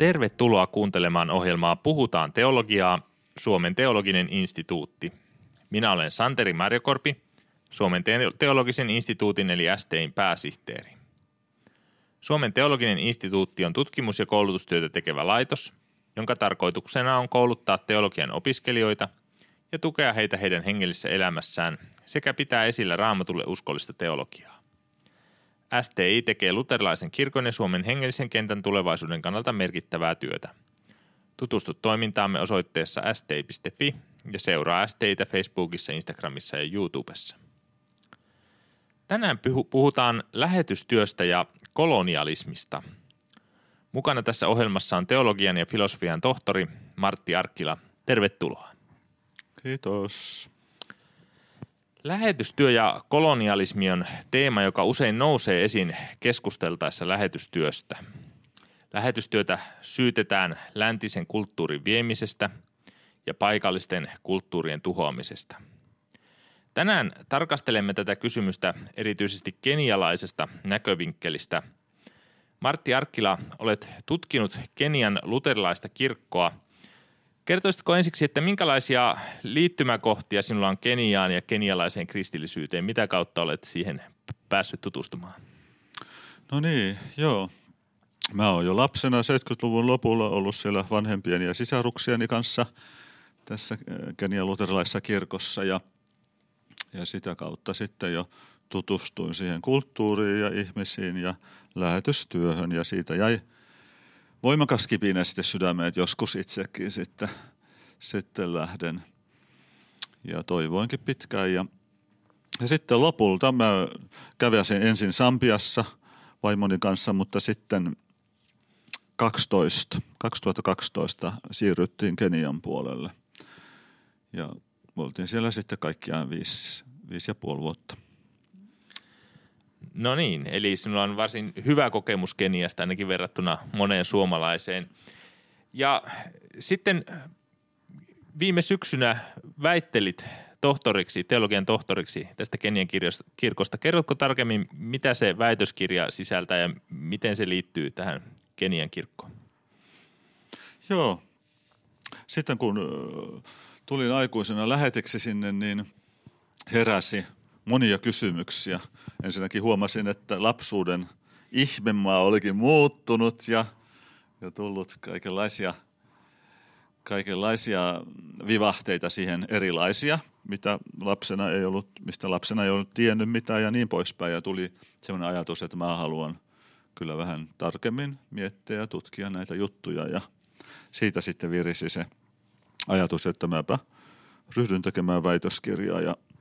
Tervetuloa kuuntelemaan ohjelmaa Puhutaan teologiaa, Suomen teologinen instituutti. Minä olen Santeri Marjokorpi, Suomen teologisen instituutin eli STI:n pääsihteeri. Suomen teologinen instituutti on tutkimus- ja koulutustyötä tekevä laitos, jonka tarkoituksena on kouluttaa teologian opiskelijoita ja tukea heitä heidän hengellisessä elämässään sekä pitää esillä Raamatulle uskollista teologiaa. STI tekee luterilaisen kirkon ja Suomen hengellisen kentän tulevaisuuden kannalta merkittävää työtä. Tutustu toimintaamme osoitteessa sti.fi ja seuraa STI:tä Facebookissa, Instagramissa ja YouTubessa. Tänään puhutaan lähetystyöstä ja kolonialismista. Mukana tässä ohjelmassa on teologian ja filosofian tohtori Martti Arkkila. Tervetuloa. Kiitos. Lähetystyö ja kolonialismi on teema, joka usein nousee esiin keskusteltaessa lähetystyöstä. Lähetystyötä syytetään läntisen kulttuurin viemisestä ja paikallisten kulttuurien tuhoamisesta. Tänään tarkastelemme tätä kysymystä erityisesti kenialaisesta näkövinkkelistä. Martti Arkkila, olet tutkinut Kenian luterilaista kirkkoa. Kertoisitko ensiksi, että minkälaisia liittymäkohtia sinulla on Keniaan ja kenialaiseen kristillisyyteen? Mitä kautta olet siihen päässyt tutustumaan? No niin, joo. Mä oon jo lapsena 70-luvun lopulla ollut siellä vanhempieni ja sisaruksieni kanssa tässä Kenian luterilaisessa kirkossa ja sitä kautta sitten jo tutustuin siihen kulttuuriin ja ihmisiin ja lähetystyöhön ja siitä jäi voimakas kipinä sitten sydämeen, että joskus itsekin sitten lähden ja toivoinkin pitkään ja sitten lopulta mä käväsin ensin Sambiassa vaimoni kanssa, mutta sitten 2012 siirryttiin Kenian puolelle ja oltiin siellä sitten kaikkiaan 5,5 vuotta. No niin, eli sinulla on varsin hyvä kokemus Keniasta ainakin verrattuna moneen suomalaiseen. Ja sitten viime syksynä väittelit teologian tohtoriksi tästä Kenian kirkosta. Kerrotko tarkemmin, mitä se väitöskirja sisältää ja miten se liittyy tähän Kenian kirkkoon? Joo, sitten kun tulin aikuisena lähetiksi sinne, niin heräsi monia kysymyksiä. Ensinnäkin huomasin, että lapsuuden ihmemaa olikin muuttunut ja tullut kaikenlaisia vivahteita siihen erilaisia, mistä lapsena ei ollut tiennyt mitään ja niin poispäin. Ja tuli sellainen ajatus, että mä haluan kyllä vähän tarkemmin miettiä ja tutkia näitä juttuja ja siitä sitten virisi se ajatus, että mäpä ryhdyn tekemään väitöskirjaa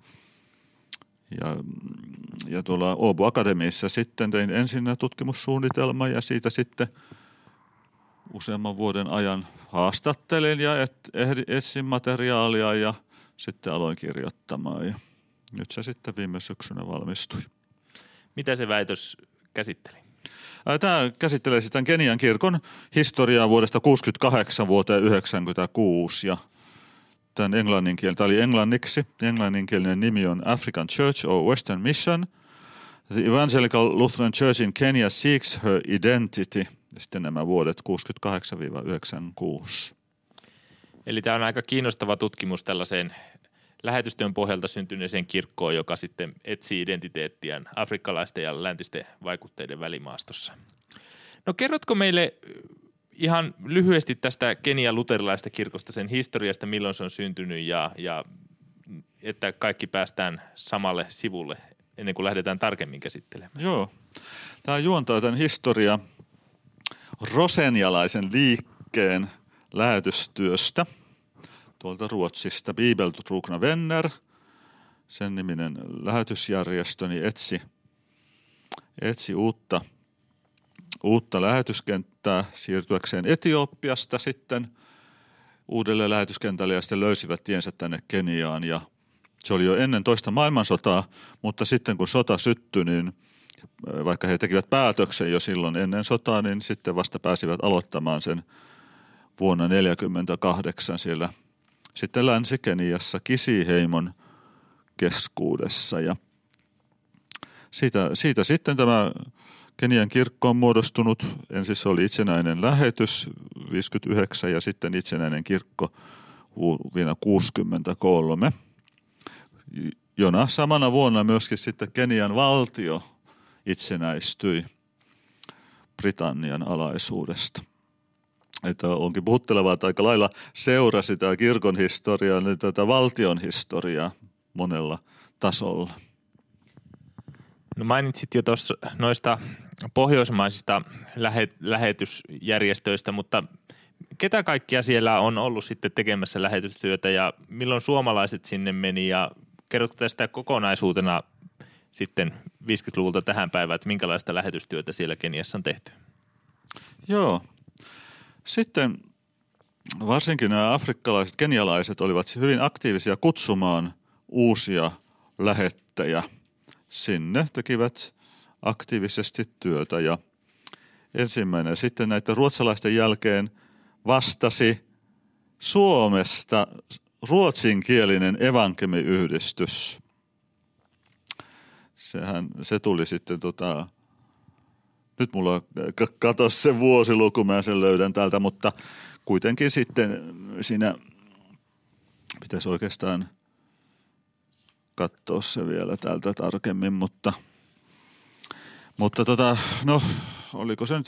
ja tuolla Åbo Akademiassa sitten tein ensin tutkimussuunnitelma ja siitä sitten useamman vuoden ajan haastattelin ja etsin materiaalia ja sitten aloin kirjoittamaan ja nyt se sitten viime syksynä valmistui. Mitä se väitös käsitteli? Tämä käsittelee sitten Kenian kirkon historiaa vuodesta 1968 vuoteen 1996 ja tämä oli englanniksi. Englanninkielinen nimi on African Church or Western Mission. The Evangelical Lutheran Church in Kenya seeks her identity. Ja sitten nämä vuodet 68-96. Eli tämä on aika kiinnostava tutkimus tällaiseen lähetystyön pohjalta syntyneeseen kirkkoon, joka sitten etsii identiteettiään afrikkalaisten ja läntisten vaikutteiden välimaastossa. No kerrotko meille ihan lyhyesti tästä Kenian luterilaista kirkosta, sen historiasta, milloin se on syntynyt ja että kaikki päästään samalle sivulle ennen kuin lähdetään tarkemmin käsittelemään. Joo, tämä juontaa tämän historia rosenialaisen liikkeen lähetystyöstä tuolta Ruotsista. Bibeltrogna Vänner, sen niminen lähetysjärjestöni etsi uutta lähetyskenttää siirtyäkseen Etiopiasta sitten uudelle lähetyskentälle ja sitten löysivät tiensä tänne Keniaan ja se oli jo ennen toista maailmansotaa, mutta sitten kun sota syttyi, niin vaikka he tekivät päätöksen jo silloin ennen sotaa, niin sitten vasta pääsivät aloittamaan sen vuonna 1948 siellä sitten Länsi-Keniassa Kisiheimon keskuudessa ja siitä sitten tämä Kenian kirkko on muodostunut, ensin se oli itsenäinen lähetys 59 ja sitten itsenäinen kirkko vuonna 63, jona samana vuonna myöskin sitten Kenian valtio itsenäistyi Britannian alaisuudesta. Että onkin puhuttelevaa, että aika lailla seurasi tämä kirkon historiaa, niin tätä valtion historiaa monella tasolla. No mainitsit jo tuossa noista pohjoismaisista lähetysjärjestöistä, mutta ketä kaikkia siellä on ollut sitten tekemässä lähetystyötä ja milloin suomalaiset sinne meni ja kerrotko tästä kokonaisuutena sitten 50-luvulta tähän päivään, että minkälaista lähetystyötä siellä Keniassa on tehty? Joo. Sitten varsinkin nämä afrikkalaiset, kenialaiset olivat hyvin aktiivisia kutsumaan uusia lähettäjä sinne, tekivät aktiivisesti työtä ja ensimmäinen sitten näiden ruotsalaisten jälkeen vastasi Suomesta ruotsinkielinen evankeliyhdistys. Se tuli sitten nyt mulla katos se vuosiluku, mä sen löydän täältä, mutta kuitenkin sitten siinä pitäisi oikeastaan katsoa se vielä täältä tarkemmin, mutta no oliko se nyt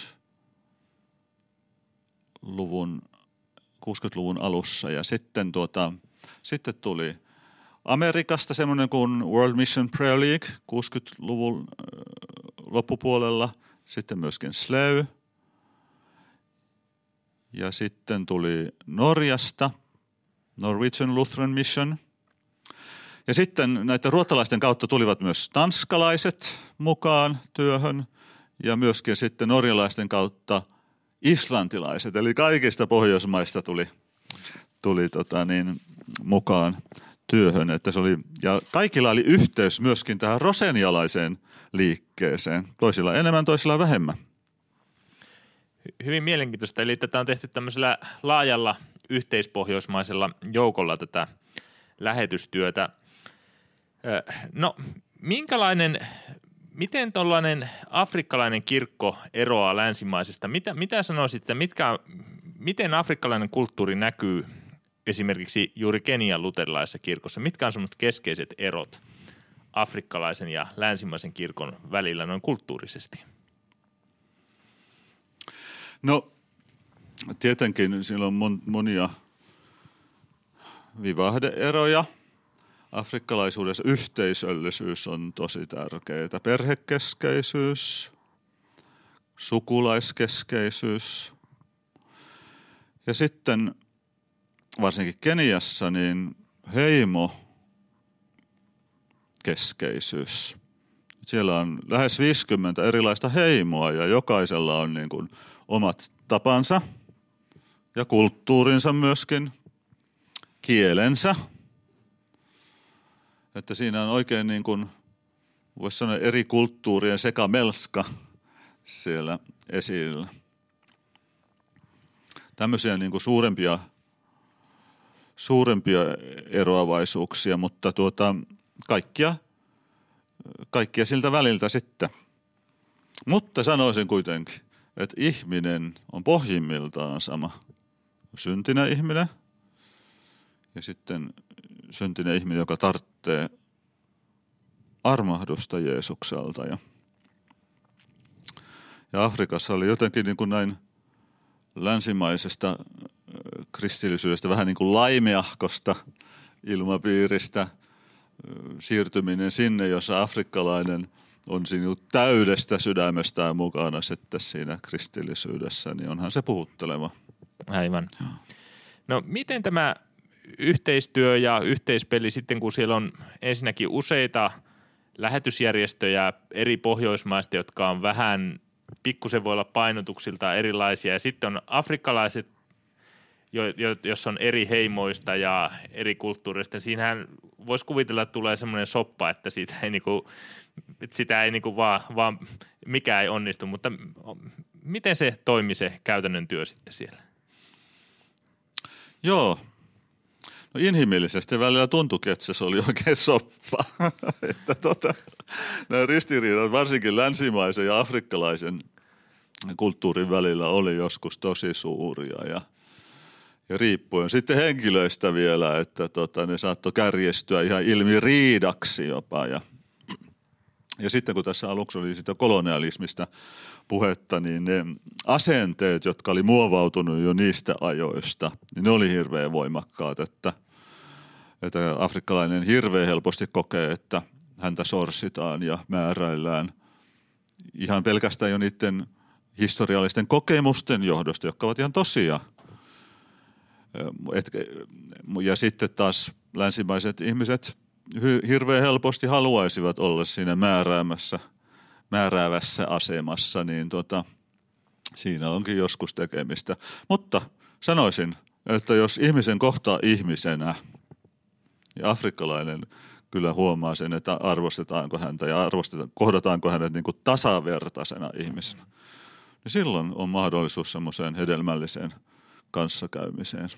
50-luvun, 60-luvun alussa ja sitten sitten tuli Amerikasta semmoinen kuin World Mission Prayer League 60-luvun loppupuolella, sitten myöskin SLEU ja sitten tuli Norjasta Norwegian Lutheran Mission ja sitten näiden ruotsalaisten kautta tulivat myös tanskalaiset mukaan työhön ja myöskin sitten norjalaisten kautta islantilaiset, eli kaikista pohjoismaista tuli mukaan työhön, että se oli, ja kaikilla oli yhteys myöskin tähän rosenialaiseen liikkeeseen, toisilla enemmän, toisilla vähemmän. Hyvin mielenkiintoista, eli tätä on tehty tämmöisellä laajalla yhteispohjoismaisella joukolla tätä lähetystyötä. No, miten tuollainen afrikkalainen kirkko eroaa länsimaisesta? Mitä sanoisit, miten afrikkalainen kulttuuri näkyy esimerkiksi juuri Kenian luterilaisessa kirkossa? Mitkä on semmoiset keskeiset erot afrikkalaisen ja länsimaisen kirkon välillä noin kulttuurisesti? No, tietenkin siellä on monia vivahde-eroja. Afrikkalaisuudessa yhteisöllisyys on tosi tärkeää. Perhekeskeisyys, sukulaiskeskeisyys ja sitten varsinkin Keniassa niin heimokeskeisyys. Siellä on lähes 50 erilaista heimoa ja jokaisella on niin kuin omat tapansa ja kulttuurinsa myöskin, kielensä. Että siinä on oikein niin kuin, voisi sanoa eri kulttuurien sekamelska siellä esillä. Tämmöisiä niin kuin suurempia eroavaisuuksia, mutta kaikkia siltä väliltä sitten. Mutta sanoisin kuitenkin, että ihminen on pohjimmiltaan sama. Syntinen ihminen ja sitten syntinen ihminen, joka tarvitsee armahdusta Jeesukselta. Ja Afrikassa oli jotenkin niin kuin näin länsimaisesta kristillisyydestä vähän niin kuin laimeahkosta ilmapiiristä siirtyminen sinne, jossa afrikkalainen on siinä täydestä sydämestään mukana sitten siinä kristillisyydessä, niin onhan se puhutteleva. Aivan. No miten tämä yhteistyö ja yhteispeli sitten, kun siellä on ensinnäkin useita lähetysjärjestöjä eri Pohjoismaista, jotka on vähän, pikkusen voi olla painotuksilta erilaisia, ja sitten on afrikkalaiset, jossa on eri heimoista ja eri kulttuureista. Siinähän voisi kuvitella, että tulee semmoinen soppa, että sitä ei vaan mikään ei onnistu, mutta miten se toimi se käytännön työ sitten siellä? Joo. No inhimillisesti välillä tuntuikin, että se oli oikein soppa. Että nämä ristiriidat varsinkin länsimaisen ja afrikkalaisen kulttuurin välillä oli joskus tosi suuria ja riippuen sitten henkilöistä vielä, että ne saattoi kärjestyä ihan ilmiriidaksi jopa. Ja sitten kun tässä aluksi oli sitä kolonialismista puhetta, niin ne asenteet, jotka oli muovautunut jo niistä ajoista, niin ne oli hirveän voimakkaat, että afrikkalainen hirveän helposti kokee, että häntä sorsitaan ja määräillään ihan pelkästään jo niiden historiallisten kokemusten johdosta, jotka ovat ihan tosia. Ja sitten taas länsimaiset ihmiset hirveän helposti haluaisivat olla siinä määräävässä asemassa, niin siinä onkin joskus tekemistä. Mutta sanoisin, että jos ihmisen kohtaa ihmisenä, ja afrikkalainen kyllä huomaa sen, että arvostetaanko häntä ja kohdataanko hänet niin kuin tasavertaisena ihmisenä, niin silloin on mahdollisuus semmoiseen hedelmälliseen kanssakäymiseen.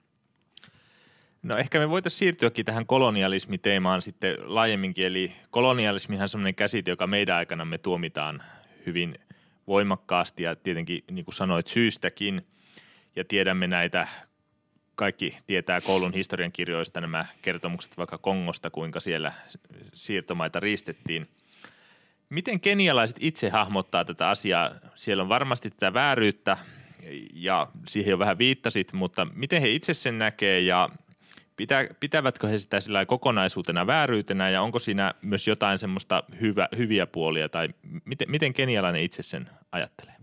No ehkä me voitaisiin siirtyäkin tähän kolonialismiteemaan sitten laajemminkin, eli kolonialismihan on semmoinen käsite, joka meidän aikana me tuomitaan hyvin voimakkaasti ja tietenkin niin kuin sanoit syystäkin ja tiedämme näitä, kaikki tietää koulun historiankirjoista nämä kertomukset vaikka Kongosta, kuinka siellä siirtomaita riistettiin. Miten kenialaiset itse hahmottaa tätä asiaa? Siellä on varmasti tätä vääryyttä ja siihen jo vähän viittasit, mutta miten he itse sen näkee ja pitävätkö he sitä sillä kokonaisuutena vääryytenä ja onko siinä myös jotain semmoista hyviä puolia tai miten kenialainen itse sen ajattelee?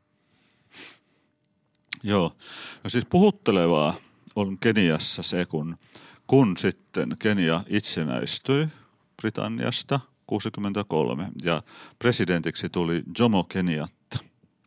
Joo, no siis puhuttelevaa on Keniassa se, kun sitten Kenia itsenäistyi Britanniasta 1963 ja presidentiksi tuli Jomo Kenyatta.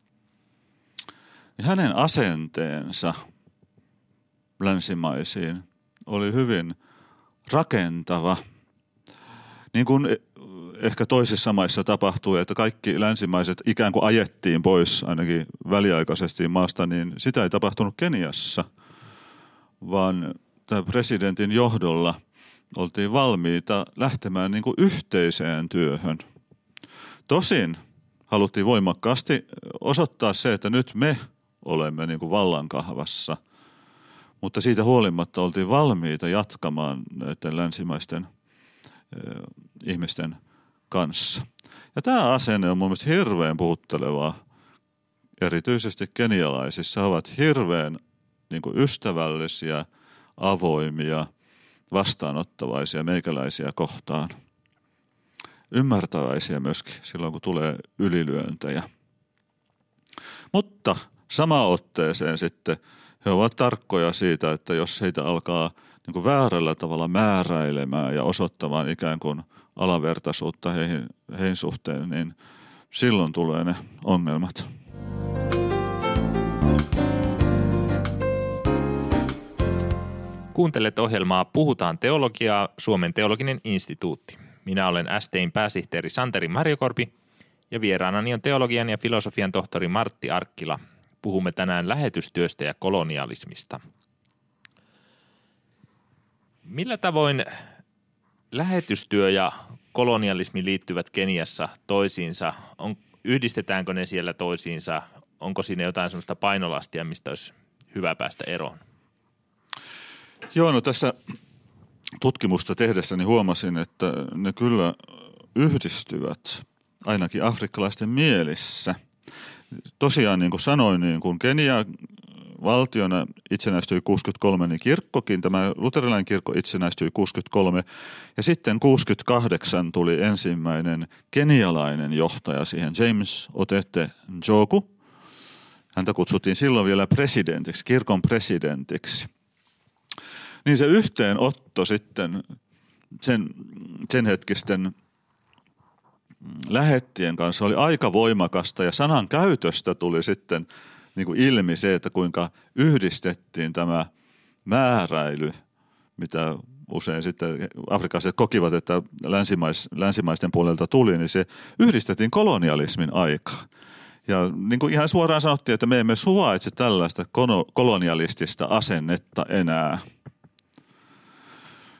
Ja hänen asenteensa länsimaisiin oli hyvin rakentava. Niin kuin ehkä toisissa maissa tapahtui, että kaikki länsimaiset ikään kuin ajettiin pois ainakin väliaikaisesti maasta, niin sitä ei tapahtunut Keniassa, vaan tämän presidentin johdolla oltiin valmiita lähtemään niin kuin yhteiseen työhön. Tosin haluttiin voimakkaasti osoittaa se, että nyt me olemme niin kuin vallankahvassa, mutta siitä huolimatta oltiin valmiita jatkamaan näiden länsimaisten ihmisten kanssa. Ja tämä asenne on mun mielestä hirveän puhuttelevaa, erityisesti kenialaisissa. He ovat hirveän niin kuin ystävällisiä, avoimia, vastaanottavaisia meikäläisiä kohtaan. Ymmärtäväisiä myöskin silloin, kun tulee ylilyöntejä. Mutta sama otteeseen sitten he ovat tarkkoja siitä, että jos heitä alkaa niin kuin väärällä tavalla määräilemään ja osoittamaan ikään kuin alavertaisuutta heihin suhteen, niin silloin tulee ne ongelmat. Kuuntelet ohjelmaa Puhutaan teologiaa, Suomen teologinen instituutti. Minä olen ST:n pääsihteeri Santeri Marjokorpi ja vieraanani on teologian ja filosofian tohtori Martti Arkkila. Puhumme tänään lähetystyöstä ja kolonialismista. Millä tavoin lähetystyö ja kolonialismi liittyvät Keniassa toisiinsa? Yhdistetäänkö ne siellä toisiinsa? Onko siinä jotain sellaista painolastia, mistä olisi hyvä päästä eroon? Joo, no tässä tutkimusta tehdessäni huomasin, että ne kyllä yhdistyvät ainakin afrikkalaisten mielissä. Tosiaan niin kuin sanoin, niin kun Kenia valtiona itsenäistyi 63, niin kirkkokin, tämä luterilainen kirkko itsenäistyi 63 ja sitten 68 tuli ensimmäinen kenialainen johtaja siihen, James Otete Njogu. Häntä kutsuttiin silloin vielä presidentiksi, kirkon presidentiksi. Niin se yhteenotto sitten sen hetkisten lähettien kanssa oli aika voimakasta ja sanan käytöstä tuli sitten niin kuin ilmi se, että kuinka yhdistettiin tämä määräily, mitä usein sitten afrikkalaiset kokivat, että länsimaisten puolelta tuli, niin se yhdistettiin kolonialismin aikaan. Ja niin kuin ihan suoraan sanottiin, että me emme suvaitse tällaista kolonialistista asennetta enää.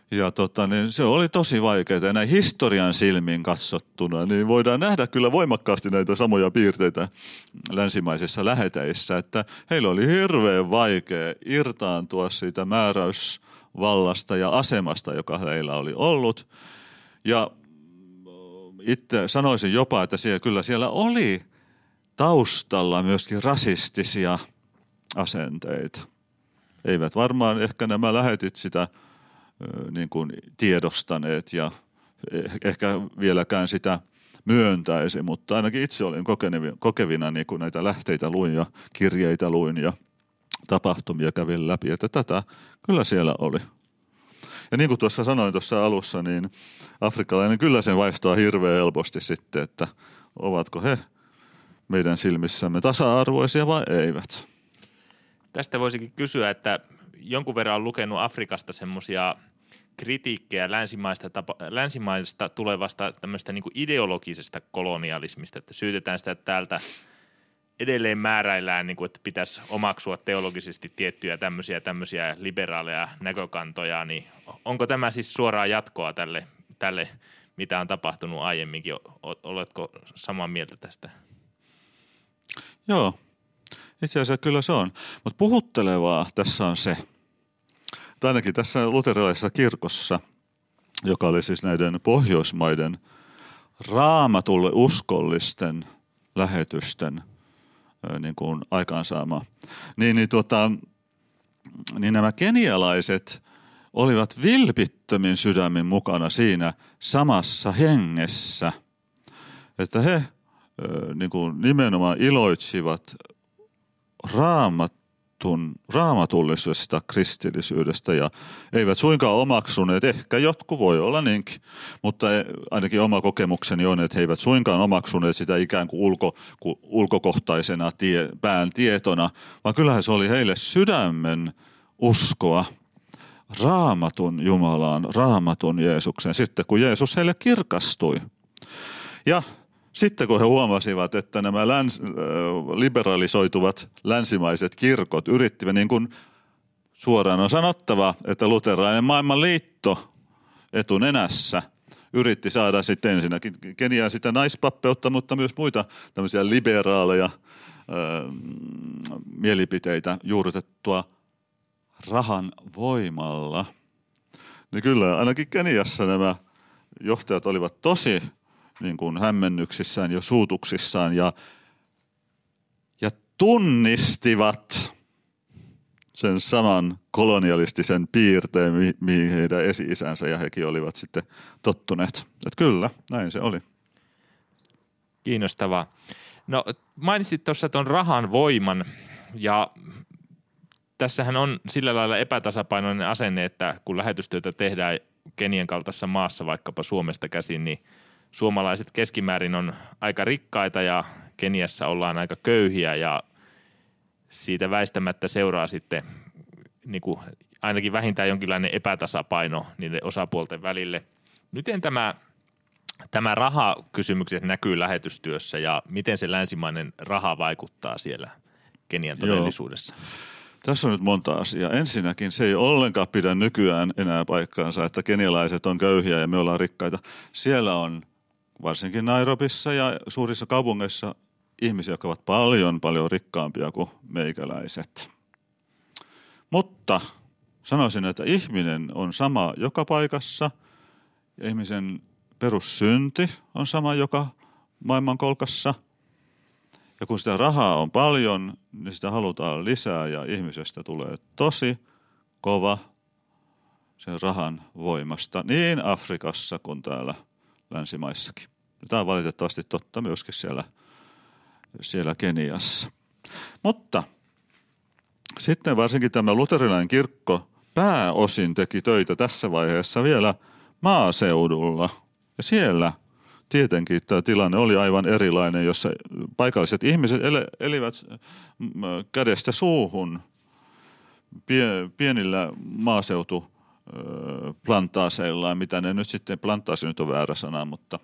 Ja niin se oli tosi vaikeaa. Ja näin historian silmin katsottuna, niin voidaan nähdä kyllä voimakkaasti näitä samoja piirteitä länsimaisissa läheteissä, että heillä oli hirveän vaikea irtaantua siitä määräysvallasta ja asemasta, joka heillä oli ollut. Ja itse sanoisin jopa, että kyllä siellä oli taustalla myöskin rasistisia asenteita. Eivät varmaan ehkä nämä lähetit sitä niin kuin tiedostaneet ja ehkä vieläkään sitä myöntäisi, mutta ainakin itse olin kokevina niin kuin näitä lähteitä luin ja kirjeitä luin ja tapahtumia kävin läpi, että tätä kyllä siellä oli. Ja niin kuin tuossa sanoin tuossa alussa, niin afrikkalainen kyllä sen vaistaa hirveän helposti sitten, että ovatko he meidän silmissämme tasa-arvoisia vai eivät. Tästä voisikin kysyä, että jonkun verran on lukenut Afrikasta semmoisia kritiikkejä länsimaista tulevasta tämmöistä niin kuin ideologisesta kolonialismista, että syytetään sitä, että täältä edelleen määräillään, niin kuin, että pitäisi omaksua teologisesti tiettyjä tämmöisiä liberaaleja näkökantoja, niin onko tämä siis suoraa jatkoa tälle mitä on tapahtunut aiemminkin? Oletko samaa mieltä tästä? Joo, itse asiassa kyllä se on. Mutta puhuttelevaa tässä on se, että ainakin tässä luterilaisessa kirkossa, joka oli siis näiden Pohjoismaiden raamatulle uskollisten lähetysten niin kuin aikaansaama, niin nämä kenialaiset olivat vilpittömin sydämin mukana siinä samassa hengessä, että he niin kuin nimenomaan iloitsivat raamatullisesta kristillisyydestä ja eivät suinkaan omaksuneet, ehkä jotkut voi olla niinkin, mutta ainakin oma kokemukseni on, että he eivät suinkaan omaksuneet sitä ikään kuin ulkokohtaisena pään tietona, vaan kyllähän se oli heille sydämen uskoa Raamatun Jumalaan, Raamatun Jeesukseen, sitten kun Jeesus heille kirkastui. Ja sitten kun he huomasivat, että nämä liberalisoituvat länsimaiset kirkot yrittivät, niin kuin suoraan on sanottava, että luterilainen maailmanliitto etunenässä yritti saada sitten ensinnäkin Keniaan sitä naispappeutta, mutta myös muita tämmöisiä liberaaleja mielipiteitä juurrutettua rahan voimalla. Niin kyllä ainakin Keniassa nämä johtajat olivat tosi niin kuin hämmennyksissään ja suutuksissaan ja tunnistivat sen saman kolonialistisen piirteen, mihin heidän esi-isänsä ja hekin olivat sitten tottuneet. Että kyllä, näin se oli. Kiinnostavaa. No mainitsit tuossa tuon rahan voiman ja tässähän on sillä lailla epätasapainoinen asenne, että kun lähetystyötä tehdään Kenian kaltaisessa maassa, vaikkapa Suomesta käsin, niin suomalaiset keskimäärin on aika rikkaita ja Keniassa ollaan aika köyhiä ja siitä väistämättä seuraa sitten niin kuin ainakin vähintään jonkinlainen epätasapaino niiden osapuolten välille. Miten tämä rahakysymykset näkyy lähetystyössä ja miten se länsimainen raha vaikuttaa siellä Kenian todellisuudessa? Joo. Tässä on nyt monta asiaa. Ensinnäkin se ei ollenkaan pidä nykyään enää paikkaansa, että kenialaiset on köyhiä ja me ollaan rikkaita. Siellä on varsinkin Nairobissa ja suurissa kaupungeissa ihmisiä, jotka ovat paljon, paljon rikkaampia kuin meikäläiset. Mutta sanoisin, että ihminen on sama joka paikassa ja ihmisen perussynti on sama joka maailmankolkassa. Ja kun sitä rahaa on paljon, niin sitä halutaan lisää ja ihmisestä tulee tosi kova sen rahan voimasta niin Afrikassa kuin täällä länsimaissakin. Ja tämä on valitettavasti totta myöskin siellä Keniassa. Mutta sitten varsinkin tämä luterilainen kirkko pääosin teki töitä tässä vaiheessa vielä maaseudulla. Ja siellä tietenkin tämä tilanne oli aivan erilainen, jossa paikalliset ihmiset elivät kädestä suuhun pienillä maaseutuplantaaseillaan, mitä ne nyt sitten, plantaasi nyt on väärä sana, mutta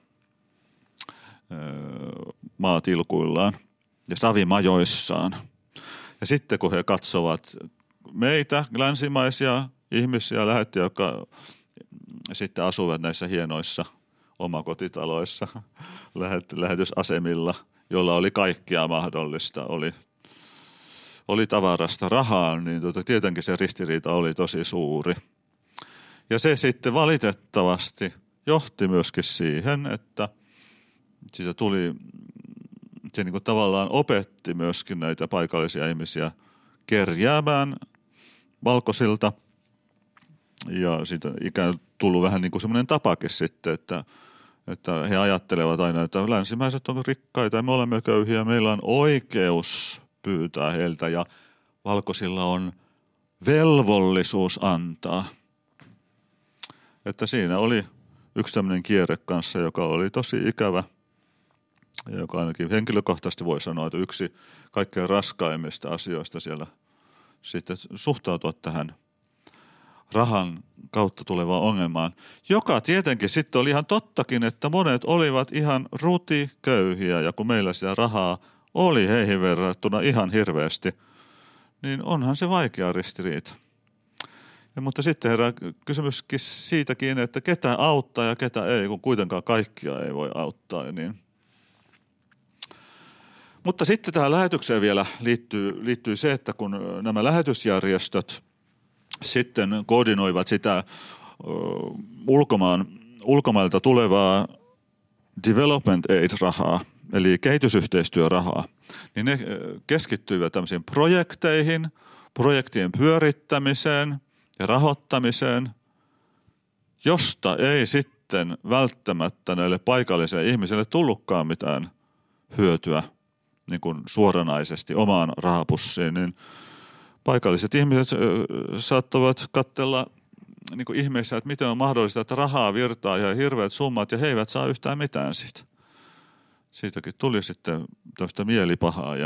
maatilkuillaan ja savimajoissaan. Ja sitten kun he katsovat meitä, länsimaisia ihmisiä, lähettäjiä, jotka sitten asuivat näissä hienoissa omakotitaloissa lähetysasemilla, jolla oli kaikkea mahdollista. Oli tavarasta rahaa, niin tietenkin se ristiriita oli tosi suuri. Ja se sitten valitettavasti johti myöskin siihen, että siitä se niin kuin tavallaan opetti myöskin näitä paikallisia ihmisiä kerjäämään valkoisilta. Ja siitä ikään tullut vähän niin kuin semmoinen tapakin sitten, että he ajattelevat aina, että länsimäiset on rikkaita ja me olemme köyhiä, meillä on oikeus pyytää heiltä ja valkoisilla on velvollisuus antaa. Että siinä oli yksi tämmöinen kierre kanssa, joka oli tosi ikävä ja joka ainakin henkilökohtaisesti voi sanoa, että yksi kaikkein raskaimmista asioista siellä sitten suhtautua tähän rahan kautta tulevaan ongelmaan, joka tietenkin sitten oli ihan tottakin, että monet olivat ihan rutiköyhiä ja kun meillä sitä rahaa oli heihin verrattuna ihan hirveästi, niin onhan se vaikea ristiriita. Mutta sitten herää kysymyskin siitäkin, että ketä auttaa ja ketä ei, kun kuitenkaan kaikkia ei voi auttaa. Niin. Mutta sitten tähän lähetykseen vielä liittyy se, että kun nämä lähetysjärjestöt sitten koordinoivat sitä ulkomailta tulevaa development aid-rahaa, eli kehitysyhteistyörahaa, niin ne keskittyivät tämmöisiin projekteihin, projektien pyörittämiseen ja rahoittamiseen, josta ei sitten välttämättä näille paikallisille ihmisille tullutkaan mitään hyötyä niin kuin suoranaisesti omaan rahapussiin, niin paikalliset ihmiset saattavat katsella niin kuin ihmeessä, että miten on mahdollista, että rahaa virtaa ja hirveät summat ja he eivät saa yhtään mitään siitä. Siitäkin tuli sitten tästä mielipahaa.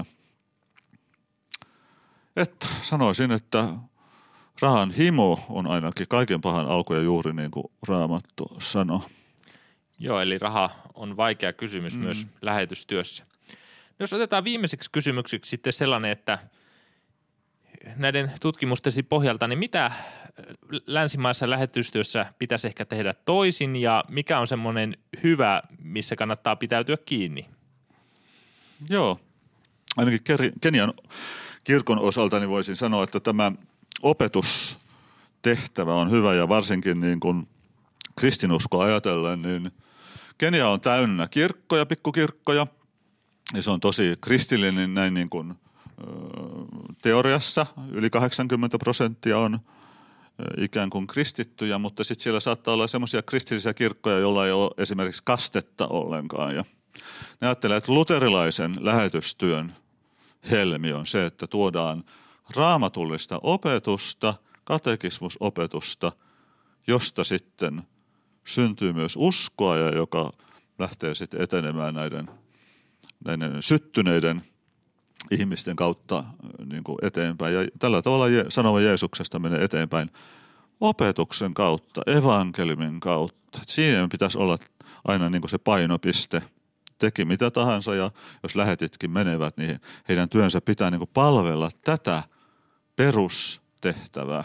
Että sanoisin, että rahan himo on ainakin kaiken pahan alku ja juuri niin kuin Raamattu sanoo. Joo, eli raha on vaikea kysymys myös lähetystyössä. Jos otetaan viimeiseksi kysymykseksi sitten sellainen, että näiden tutkimustesi pohjalta, niin mitä länsimaissa lähetystyössä pitäisi ehkä tehdä toisin ja mikä on semmoinen hyvä, missä kannattaa pitäytyä kiinni? Joo, ainakin Kenian kirkon osalta niin voisin sanoa, että tämä opetustehtävä on hyvä ja varsinkin niin kuin kristinuskoa ajatellen, niin Kenia on täynnä kirkkoja, pikkukirkkoja ja se on tosi kristillinen näin niin kuin teoriassa. Yli 80% on ikään kuin kristittyjä, mutta sitten siellä saattaa olla semmoisia kristillisiä kirkkoja, joilla ei ole esimerkiksi kastetta ollenkaan. Ja ne ajattelee, että luterilaisen lähetystyön helmi on se, että tuodaan raamatullista opetusta, katekismusopetusta, josta sitten syntyy myös uskoa ja joka lähtee sitten etenemään näiden syttyneiden ihmisten kautta niin kuin eteenpäin. Ja tällä tavalla sanoma Jeesuksesta menee eteenpäin opetuksen kautta, evankeliumin kautta. Siinä pitäisi olla aina niin kuin se painopiste. Teki mitä tahansa ja jos lähetitkin menevät, niin heidän työnsä pitää niin kuin palvella tätä perustehtävää.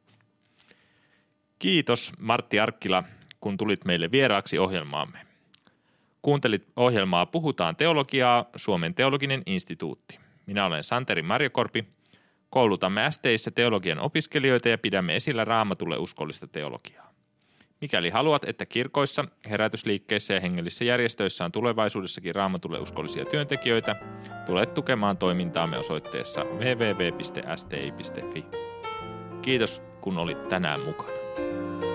Kiitos Martti Arkkila, kun tulit meille vieraaksi ohjelmaamme. Kuuntelit ohjelmaa Puhutaan teologiaa, Suomen teologinen instituutti. Minä olen Santeri Marjokorpi. Koulutamme STissä teologian opiskelijoita ja pidämme esillä Raamatulle uskollista teologiaa. Mikäli haluat, että kirkoissa, herätysliikkeissä ja hengellisissä järjestöissä on tulevaisuudessakin Raamatulle uskollisia työntekijöitä, tule tukemaan toimintaamme osoitteessa www.sti.fi. Kiitos, kun olit tänään mukana.